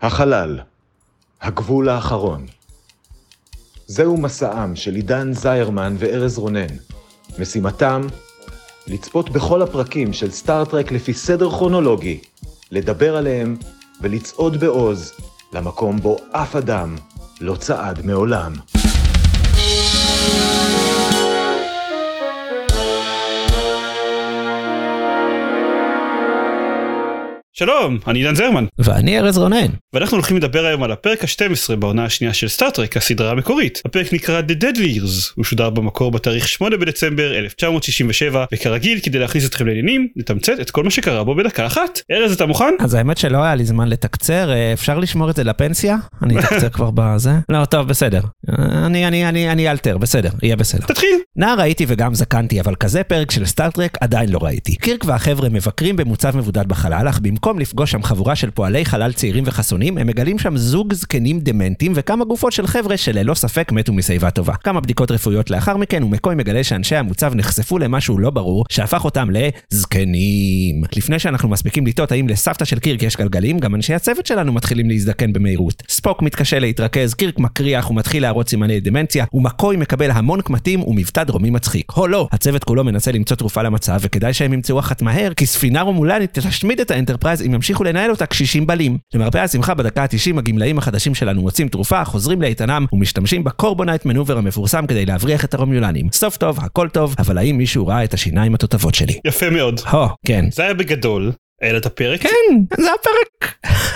החלל, הגבול האחרון. זהו מסעם של עידן זיירמן וארז רונן. משימתם, לצפות בכל הפרקים של סטארטרק לפי סדר כרונולוגי, לדבר עליהם ולצעוד בעוז למקום בו אף אדם לא צעד מעולם. שלום, אני עידן זיירמן. ואני ארז רונן. ואנחנו הולכים לדבר היום על הפרק ה-12 בעונה השנייה של סטארטרק, הסדרה המקורית. הפרק נקרא The Deadly Years, הוא שודר במקור בתאריך 8 בדצמבר 1967, וכרגיל, כדי להכניס אתכם לעניינים, נתמצת את כל מה שקרה בו בדקה אחת. ארז, אתה מוכן? אז האמת שלא היה לי זמן לתקצר, אפשר לשמור את זה לפנסיה? אני אתקצר כבר בזה? לא, טוב, בסדר. אני אלתר, בסדר, יהיה בסדר. תתחיל. נער ראיתי וגם זקנתי, אבל כזה פרק של סטארטרק עדיין לא ראיתי. קירק והחבר'ה מבקרים במוצב מבודד בחלל, אך במקום לפגוש שם חבורה של פועלי חלל צעירים וחסונים, הם מגלים שם זוג זקנים דמנטים וכמה גופות של חבר'ה שללא ספק מתו משיבה טובה. כמה בדיקות רפואיות לאחר מכן, ומקוי מגלה שאנשי המוצב נחשפו למשהו לא ברור, שהפך אותם לזקנים. לפני שאנחנו מספיקים לטעות האם לסבתא של קירק יש גלגלים, גם אנשי הצוות שלנו מתחילים להזדקן במהירות. ספוק מתקשה להתרכז, קירק מקריח ומתחיל להראות סימני דמנציה, ומקוי מקבל המון קמטים ומבטא דרומי מצחיק. לא, הצוות כולו מנסה למצוא תרופה למצב, וכדאי שהם ימצאו אחת מהר, כי ספינה רומולנית תשמיד את האנטרפרייז אם ימשיכו לנהל אותה קשישים בלים. למרפא השמחה בדקה ה-90 הגמלאים החדשים שלנו מוצאים תרופה, חוזרים לאיתנם ומשתמשים בקורבונייט מנובר המפורסם כדי להבריח את הרומיולנים. סוף טוב, הכל טוב, אבל האם מישהו ראה את השיניים התותבות שלי? יפה מאוד. כן. זה היה בגדול. היה את הפרק? כן, זה הפרק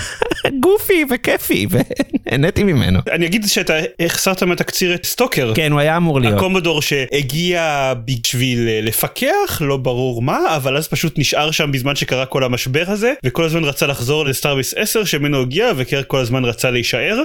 גופי וכיפי, ונהניתי ממנו. אני אגיד שאתה החסרת מהתקציר את סטוקר. כן, הוא היה אמור להיות. הקומודור שהגיע בשביל לפקח, לא ברור מה, אבל אז פשוט נשאר שם בזמן שקרה כל המשבר הזה, וכל הזמן רצה לחזור לסטארביס 10 שמנו הגיע, וקרק כל הזמן רצה להישאר,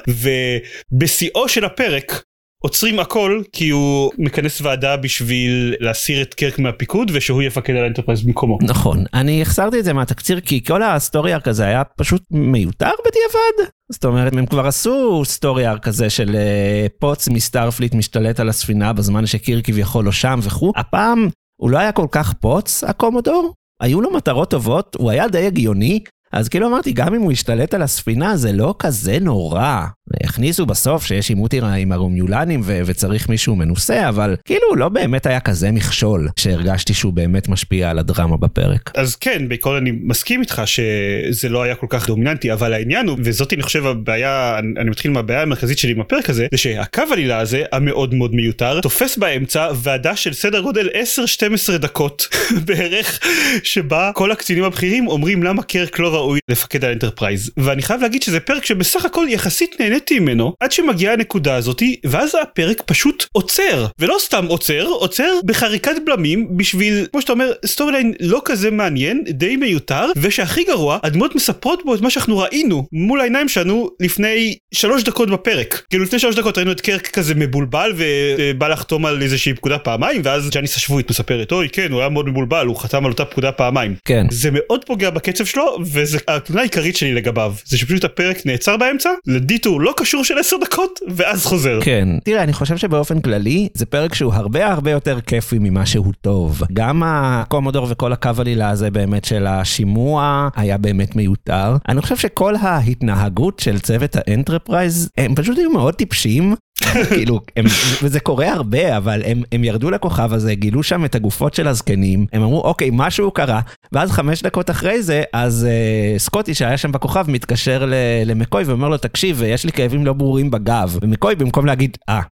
ובשיאו של הפרק, עוצרים הכל כי הוא מכנס ועדה בשביל להסיר את קרק מהפיקוד ושהוא יפקד על האנטרפרייז במקומו. נכון, אני החסרתי את זה מהתקציר כי כל הסטורי כזה היה פשוט מיותר בדיעבד. זאת אומרת, הם כבר עשו סטורי כזה של פוץ מסטארפליט משתלט על הספינה בזמן שקיר כביכול לא שם וכו'. הפעם הוא לא היה כל כך פוץ, הקומודור. היו לו מטרות טובות, הוא היה די הגיוני. אז כאילו אמרתי, גם אם הוא השתלט על הספינה, זה לא כזה נורא. הכניסו בסוף שיש עימות עם הרומיולנים וצריך מישהו מנוסה, אבל כאילו לא באמת היה כזה מכשול, שהרגשתי שהוא באמת משפיע על הדרמה בפרק. אז כן, בעיקרון אני מסכים איתך שזה לא היה כל כך דומיננטי, אבל העניין הוא, וזאת אני חושב הבעיה, אני מתחיל מהבעיה המרכזית שלי עם הפרק הזה, זה שהקו עלילה הזה, המאוד מאוד מיותר, תופס באמצע ועדה של סדר גודל 10-12 דקות בערך, שבה כל הקצינים הבכירים אומרים למה קרק לא ראוי לפקד על אנטרפרייז. ואני חייב להגיד שזה פרק שבסך הכל יחסית נהניתי ממנו, עד שמגיעה הנקודה הזאת, ואז הפרק פשוט עוצר. ולא סתם עוצר בחריקת בלמים, בשביל, כמו שאתה אומר, סטוריליין לא כזה מעניין, די מיותר, ושהכי גרוע, הדמות מספרות בו את מה שאנחנו ראינו, מול העיניים שלנו, לפני 3 דקות בפרק. כאילו לפני 3 דקות ראינו את קרק כזה מבולבל, ובא לחתום על איזושהי פקודה פעמיים, ואז ג'אניס השבועית מספרת, אוי כן, הוא היה מאוד מבולבל, הוא חתם על אותה פקודה פעמיים. כן. זה מאוד פוגע בקצב שלו, וזה התלונה העיקרית שלי לגביו. זה שפשוט הפרק נעצר באמצע, לדיטור לא קשור של 10 דקות, ואז חוזר. כן. תראה, אני חושב שבאופן כללי, זה פרק שהוא הרבה יותר כיפי ממה שהוא טוב. גם הקומודור וכל הקו עלילה הזה באמת של השימוע, היה באמת מיותר. אני חושב שכל ההתנהגות של צוות האנטרפרייז, הם פשוט היו מאוד טיפשים. כאילו, וזה קורה הרבה, אבל הם ירדו לכוכב הזה, גילו שם את הגופות של הזקנים, הם אמרו, אוקיי, משהו קרה, ואז 5 דקות אחרי זה, אז סקוטי שהיה שם בכוכב מתקשר למקוי ואומר לו, תקשיב, יש לי כאבים לא ברורים בגב, ומקוי במקום להגיד,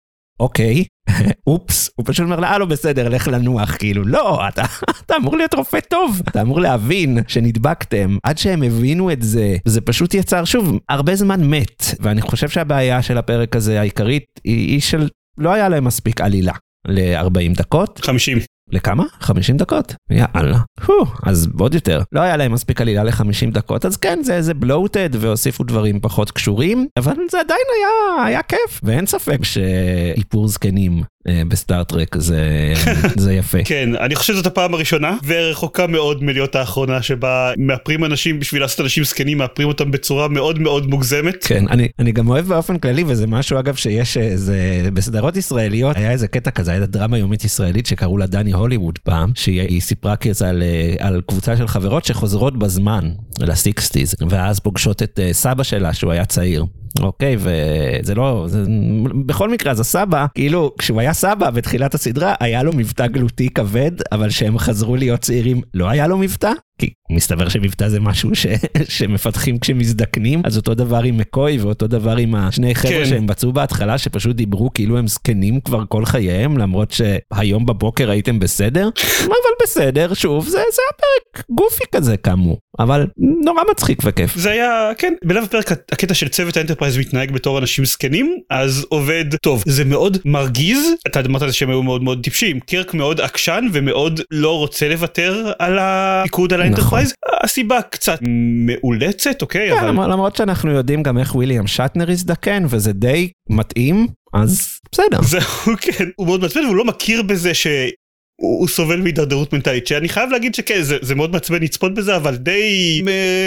אוקיי, אופס, הוא פשוט אומר לה, לא בסדר, לך לנוח, כאילו, לא, אתה אמור להיות רופא טוב, אתה אמור להבין שנדבקתם, עד שהם הבינו את זה, זה פשוט יצר, שוב, הרבה זמן מת, ואני חושב שהבעיה של הפרק הזה, העיקרית, היא של, לא היה להם מספיק עלילה, ל-40 דקות. 50. לכמה? 50 דקות? יאללה. אז עוד יותר. לא היה להם מספיק עלילה ל-50 דקות, אז כן, זה בלוטד, והוסיפו דברים פחות קשורים, אבל זה עדיין היה כיף, ואין ספק שאיפור זקנים בסטארטרק, זה יפה. כן, אני חושב שזאת הפעם הראשונה, ורחוקה מאוד מלהיות האחרונה, שבה מאפרים אנשים בשביל לעשות אנשים זקנים, מאפרים אותם בצורה מאוד מאוד מוגזמת. כן, אני גם אוהב באופן כללי, וזה משהו אגב שיש בסדרות ישראליות, היה איזה קטע כזה, הייתה דרמה יומית ישראלית שקראו לה דני הוליווד פעם, שהיא סיפרה כזה על קבוצה של חברות שחוזרות בזמן, ל-60s, ואז פוגשות את סבא שלה שהוא היה צעיר. אוקיי, וזה לא, בכל מקרה, אז הסבא, כאילו, כשהוא היה סבא בתחילת הסדרה, היה לו מבטא גלותי כבד, אבל שהם חזרו להיות צעירים, לא היה לו מבטא? כי מסתבר שמבטא זה משהו שמפתחים כשמזדקנים, אז אותו דבר עם מקוי, ואותו דבר עם השני חבר'ה שהם בצעו בהתחלה, שפשוט דיברו כאילו הם זקנים כבר כל חייהם, למרות שהיום בבוקר הייתם בסדר, אבל בסדר, שוב, זה הפרק גופי כזה כאמור, אבל נורא מצחיק וכיף. זה היה, כן, בלב הפרק הקטע של צוות האנטרפרייז מתנהג בתור אנשים זקנים, אז עובד טוב. זה מאוד מרגיז, אתה אמרת על זה שהם היו מאוד מאוד טיפשים, קירק מאוד עקשן ומאוד לא רוצה לוותר על הפיקוד על האנטרפרייז. הסיבה קצת מאולצת, אוקיי? למרות שאנחנו יודעים גם איך וויליאם שטנר הזדקן, וזה די מתאים, אז בסדר. זהו, כן. הוא מאוד מעצבן, והוא לא מכיר בזה שהוא סובל מהידרדרות מנטלית, שאני חייב להגיד שכן, זה מאוד מעצבן לצפות בזה, אבל די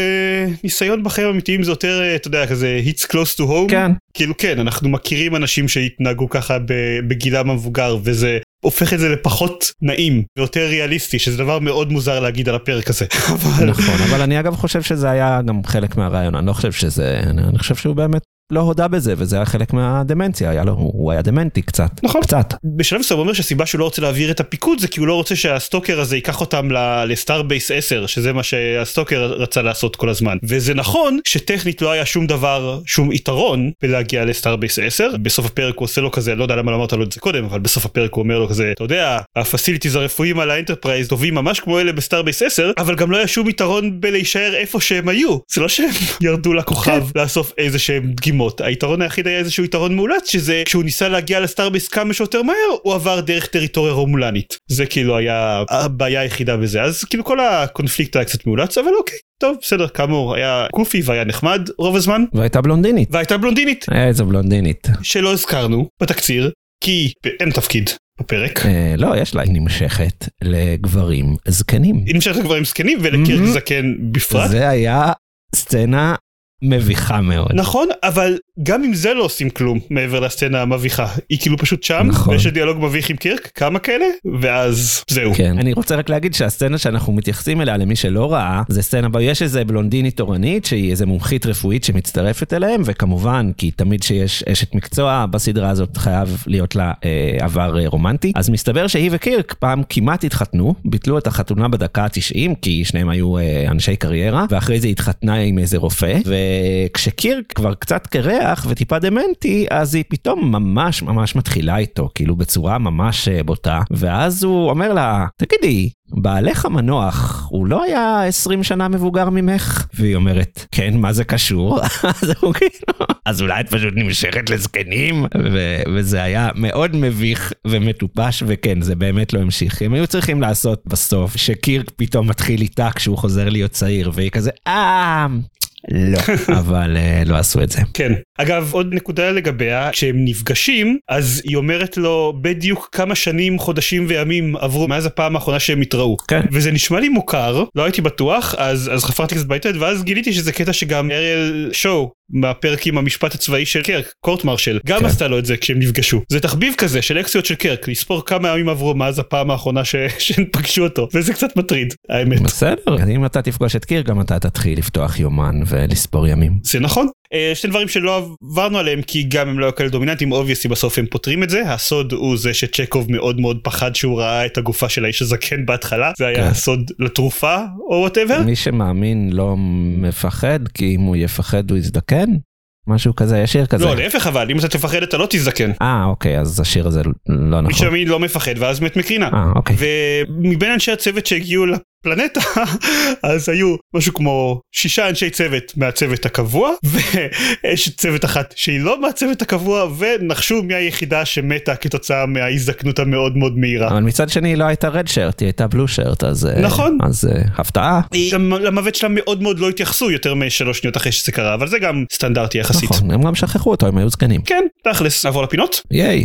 ניסיון בחיים אמיתיים זה יותר, אתה יודע, כזה hits close to home. כן. כאילו כן, אנחנו מכירים אנשים שהתנהגו ככה בגילם המבוגר, וזה הופך את זה לפחות נעים ויותר ריאליסטי, שזה דבר מאוד מוזר להגיד על הפרק הזה. נכון, אבל אני אגב חושב שזה היה גם חלק מהרעיון, אני לא חושב שזה, אני חושב שהוא באמת לא הודע בזה, וזה היה חלק מהדמנציה, הוא היה דמנטי קצת. נכון. קצת. בשלב מסוים הוא אומר שהסיבה שהוא לא רוצה להעביר את הפיקוד, זה כי הוא לא רוצה שהסטוקר הזה ייקח אותם לסטארבייס 10, שזה מה שהסטוקר רצה לעשות כל הזמן. וזה נכון שטכנית לא היה שום דבר, שום יתרון בלהגיע לסטארבייס 10. בסוף הפרק הוא עושה לו כזה, לא יודע למה אמרת לו את זה קודם, אבל בסוף הפרק הוא אומר לו כזה, אתה יודע, הפסיליטיז הרפואיים על האנטרפרייז טובים ממש כמו אלה בסטארבייס 10, אבל גם לא היה שום יתרון בלהישאר איפה שהם היו. זה לא שהם ירדו לכוכב לאסוף איזה שהם דגימות. היתרון היחיד היה איזשהו יתרון מאולץ, שזה כשהוא ניסה להגיע לסטארבייס כמה שיותר מהר, הוא עבר דרך טריטוריה רומולנית. זה כאילו היה הבעיה היחידה בזה. אז כאילו כל הקונפליקט היה קצת מאולץ, אבל אוקיי. טוב, בסדר, כאמור, היה קופי והיה נחמד רוב הזמן. והייתה בלונדינית. איזה בלונדינית. שלא הזכרנו בתקציר, כי אין תפקיד בפרק. לא, יש לה, היא נמשכת לגברים זקנים. היא נמשכת לגברים זקנים ולקירק זקן בפרט. זה היה סצנה מביכה מאוד. נכון, אבל גם אם זה לא עושים כלום מעבר לסצנה המביכה, היא כאילו פשוט שם, נכון. ויש דיאלוג מביך עם קירק, כמה כאלה, ואז זהו. כן, אני רוצה רק להגיד שהסצנה שאנחנו מתייחסים אליה למי שלא ראה, זה סצנה בה יש איזה בלונדינית תורנית, שהיא איזה מומחית רפואית שמצטרפת אליהם, וכמובן, כי תמיד שיש אשת מקצוע, בסדרה הזאת חייב להיות לה עבר רומנטי, אז מסתבר שהיא וקירק פעם כמעט התחתנו, ביטלו את החתונה בדקה ה-90, כי שניהם היו אנשי קריירה, ואחרי זה התחתנה עם איזה רופא, וכשקירק כבר קצת קרח וטיפה דמנטי, אז היא פתאום ממש ממש מתחילה איתו, כאילו בצורה ממש בוטה, ואז הוא אומר לה, תגידי, בעלך המנוח, הוא לא היה 20 שנה מבוגר ממך? והיא אומרת, כן, מה זה קשור? אז אולי את פשוט נמשכת לזקנים? וזה היה מאוד מביך ומטופש, וכן, זה באמת לא המשיך. הם היו צריכים לעשות בסוף, שקירק פתאום מתחיל איתה כשהוא חוזר להיות צעיר, והיא כזה, לא, אבל לא עשו את זה. כן. אגב, עוד נקודה לגביה, כשהם נפגשים, אז היא אומרת לו בדיוק כמה שנים, חודשים וימים עברו מאז הפעם האחרונה שהם התראו. כן. וזה נשמע לי מוכר, לא הייתי בטוח, אז חפרתי קצת באינטרנט, ואז גיליתי שזה קטע שגם אריאל שואו, מהפרק עם המשפט הצבאי של קרק, קורט מרשל, גם עשתה לו את זה כשהם נפגשו. זה תחביב כזה של אקסיות של קרק, לספור כמה ימים עברו מאז הפעם האחרונה שהם פגשו אותו, וזה קצת מטריד, האמת. בסדר, אם אתה תפגוש את קרק, גם אתה תתחיל לפתוח יומן ולספור ימים. זה נכון. שתי דברים שלא עברנו עליהם, כי גם הם לא היו כאלה דומיננטיים, אובייסי בסוף הם פותרים את זה. הסוד הוא זה שצ'קוב מאוד מאוד פחד שהוא ראה את הגופה של האיש הזקן בהתחלה, זה היה הסוד לתרופה או whatever. מי שמאמין לא מפחד, כי אם הוא יפחד הוא יזדקן? משהו כזה, יש שיר כזה. לא, להפך, אבל אם אתה תפחד אתה לא תזדקן. אוקיי, אז השיר הזה לא נכון. מי שמאמין לא מפחד ואז מת מקרינה. אוקיי. ומבין אנשי הצוות שהגיעו לפלנטה, אז היו משהו כמו 6 אנשי צוות מהצוות הקבוע, ויש צוות אחת שהיא לא מהצוות הקבוע, ונחשו מי היחידה שמתה כתוצאה מההזדקנות המאוד מאוד מהירה. אבל מצד שני היא לא הייתה רד שרט, היא הייתה בלו שרט, אז... נכון. אז הפתעה. גם למוות שלה מאוד מאוד לא התייחסו יותר מ3 שניות אחרי שזה קרה, אבל זה גם סטנדרטי יחסית. נכון, הם גם שכחו אותו, הם היו זקנים. כן, תכלס, נעבור לפינות. ייי.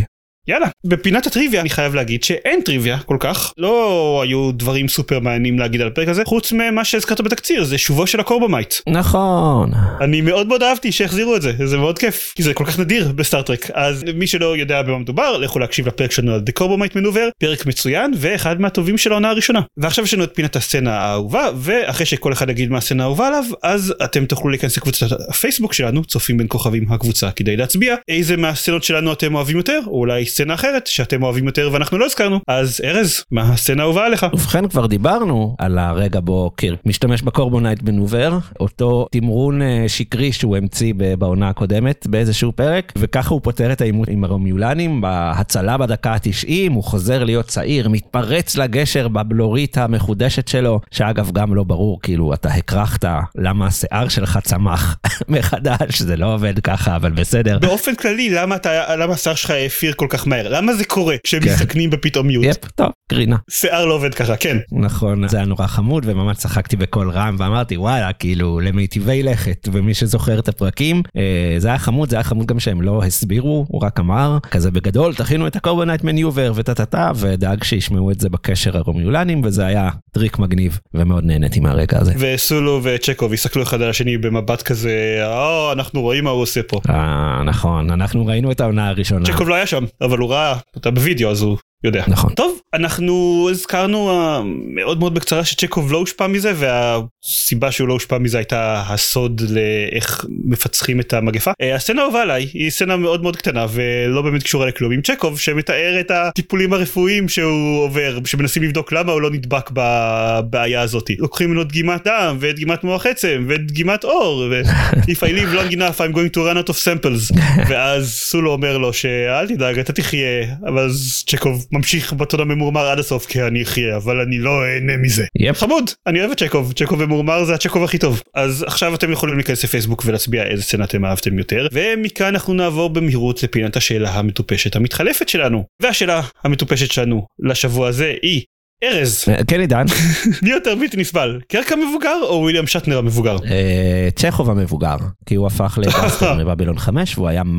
יאללה, בפינת הטריוויה אני חייב להגיד שאין טריוויה כל כך, לא היו דברים סופר מעניינים להגיד על הפרק הזה, חוץ ממה שהזכרת בתקציר, זה שובו של הקורבומייט. נכון. אני מאוד מאוד אהבתי שהחזירו את זה, זה מאוד כיף, כי זה כל כך נדיר בסטארטרק, אז מי שלא יודע במה מדובר, לכו להקשיב לפרק שלנו על The Corbomite Maneuver, פרק מצוין ואחד מהטובים של העונה הראשונה. ועכשיו יש לנו את פינת הסצנה האהובה, ואחרי שכל אחד יגיד מה הסצנה האהובה עליו, אז אתם תוכלו להיכנס לקבוצת הפייסבוק שלנו, צופים בין כוכבים הקבוצה, כדי להצביע איזה מהסצנות שלנו אתם אוהבים יותר, או אולי סצנה אחרת שאתם אוהבים יותר ואנחנו לא הזכרנו. אז ארז, מה הסצנה האהובה עליך? ובכן, כבר דיברנו על הרגע בו קירק משתמש בקורבומייט מנובר, אותו תמרון שקרי שהוא המציא בעונה הקודמת באיזשהו פרק, וככה הוא פותר את העימות עם הרומיולנים בהצלה בדקה ה-90, הוא חוזר להיות צעיר, מתפרץ לגשר בבלורית המחודשת שלו, שאגב גם לא ברור, כאילו אתה הקרחת למה השיער שלך צמח מחדש, זה לא עובד ככה, אבל בסדר. באופן כללי, למה השיער שלך אפיר כל כך מהר? למה זה קורה כשהם מסתכנים בפתאומיות? יפ, טוב, קרינה. שיער לא עובד ככה, כן. נכון, זה היה נורא חמוד, וממש צחקתי בקול רם, ואמרתי, וואלה, כאילו, למיטיבי לכת, ומי שזוכר את הפרקים, זה היה חמוד גם שהם לא הסבירו, הוא רק אמר, כזה בגדול, תכינו את הקורבומייט מניובר וטטטה, ודאג שישמעו את זה בקשר הרומיולנים, וזה היה טריק מגניב, ומאוד נהניתי מהרגע הזה. וסולו וצ'קוב יסתכלו אחד על השני במבט כזה, אנחנו רואים מה הוא עושה פה. נכון, אנחנו ראינו את העונה הראשונה. צ'קוב לא היה שם, אבל הוא ראה אותה בווידאו, אז הוא יודע. נכון. טוב, אנחנו הזכרנו מאוד מאוד בקצרה שצ'קוב לא הושפע מזה, והסיבה שהוא לא הושפע מזה הייתה הסוד לאיך מפצחים את המגפה. הסצנה האהובה עליי היא סצנה מאוד מאוד קטנה ולא באמת קשורה לכלום, עם צ'קוב שמתאר את הטיפולים הרפואיים שהוא עובר, שמנסים לבדוק למה הוא לא נדבק בבעיה הזאת. לוקחים ממנו דגימת דם ודגימת מוח עצם ודגימת אור, If I live long enough I'm going to run out of samples. ואז סולו אומר לו שאל תדאג, אתה תחיה, אבל אז צ'קוב ממשיך בטון הממורמר עד הסוף, כי אני אחיה, אבל אני לא אהנה מזה. חמוד, אני אוהב את צ'קוב, צ'קוב ממורמר זה הצ'קוב הכי טוב. אז עכשיו אתם יכולים להיכנס לפייסבוק ולהצביע איזה סצנה אתם אהבתם יותר, ומכאן אנחנו נעבור במהירות לפינת השאלה המטופשת המתחלפת שלנו. והשאלה המטופשת שלנו לשבוע הזה היא, ארז. כן, עידן. מי יותר בלתי נסבל, קרק המבוגר או וויליאם שטנר המבוגר? צ'כוב המבוגר, כי הוא הפך לבאסטר מבבילון 5 והוא היה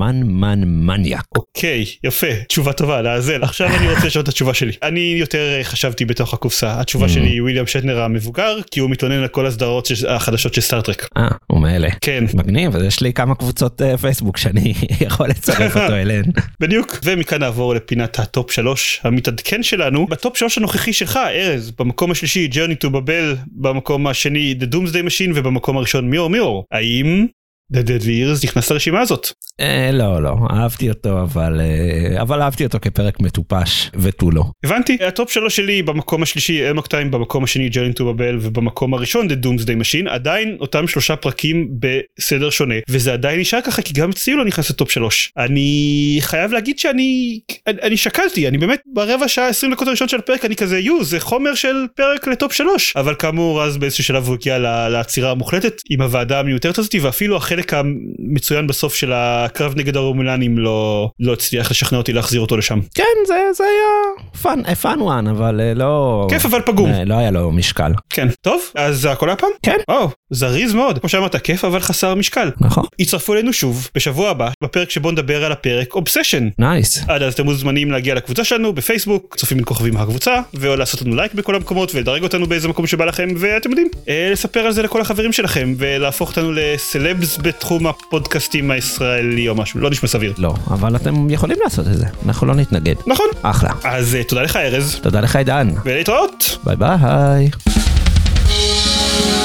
מניאק. אוקיי, יפה, תשובה טובה, לעזל. עכשיו אני רוצה לשאול את התשובה שלי. אני יותר חשבתי בתוך הקופסה, התשובה שלי היא וויליאם שטנר המבוגר, כי הוא מתלונן על כל הסדרות החדשות של סטארטרק. הוא מאלה. כן. מגניב, אז יש לי כמה קבוצות פייסבוק שאני יכול לצרף אותו אליהן. בדיוק, ומכאן נעבור לפינת הטופ 3 המתעדכן שלנו. בטופ 3 הנוכחי שלך, ארז, במקום השלישי Journey to Babel, במקום השני The Doomsday Machine, ובמקום הראשון Mirror. האם The Deadly Years נכנס לרשימה הזאת? לא, אהבתי אותו, אבל אהבתי אותו כפרק מטופש ותו לא. הבנתי, הטופ 3 שלי במקום השלישי Amok Time, במקום השני Journey to Babel, ובמקום הראשון The Doomsday Machine, עדיין אותם 3 פרקים בסדר שונה, וזה עדיין נשאר ככה, כי גם אצלי לא נכנס לטופ 3. אני חייב להגיד שאני שקלתי, אני באמת ברבע שעה 20 דקות הראשון של הפרק, אני כזה, זה חומר של פרק לטופ 3, אבל כאמור, אז באיזשהו שלב הוא הגיע לעצירה המוחלטת, עם הוועדה המיותרת הזאת, ואפילו החלק המצוין בסוף של הקרב נגד הרומולנים לא הצליח לשכנע אותי להחזיר אותו לשם. כן, זה היה פן וואן, אבל לא... כיף אבל פגום. לא היה לו משקל. כן, טוב, אז הכל הפעם? כן. זריז מאוד. כמו שאמרת, כיף אבל חסר משקל. נכון. יצטרפו אלינו שוב בשבוע הבא, בפרק שבו נדבר על הפרק אובסשן. נייס. עד אז אתם מוזמנים להגיע לקבוצה שלנו בפייסבוק, צופים בין כוכבים הקבוצה, או לעשות לנו לייק בכל המקומות ולדרג אותנו באיזה מקום שבא לכם, ואתם יודעים, לספר על זה לכל החברים שלכם ולהפוך אותנו לסלבס בתחום הפודקאסטים הישראלי או משהו. לא נשמע סביר. לא, אבל אתם יכולים לעשות את זה. אנחנו לא נתנגד. נכון. אחלה. אז תודה לך ארז. תודה לך עידן. ולהתראות. ביי ביי.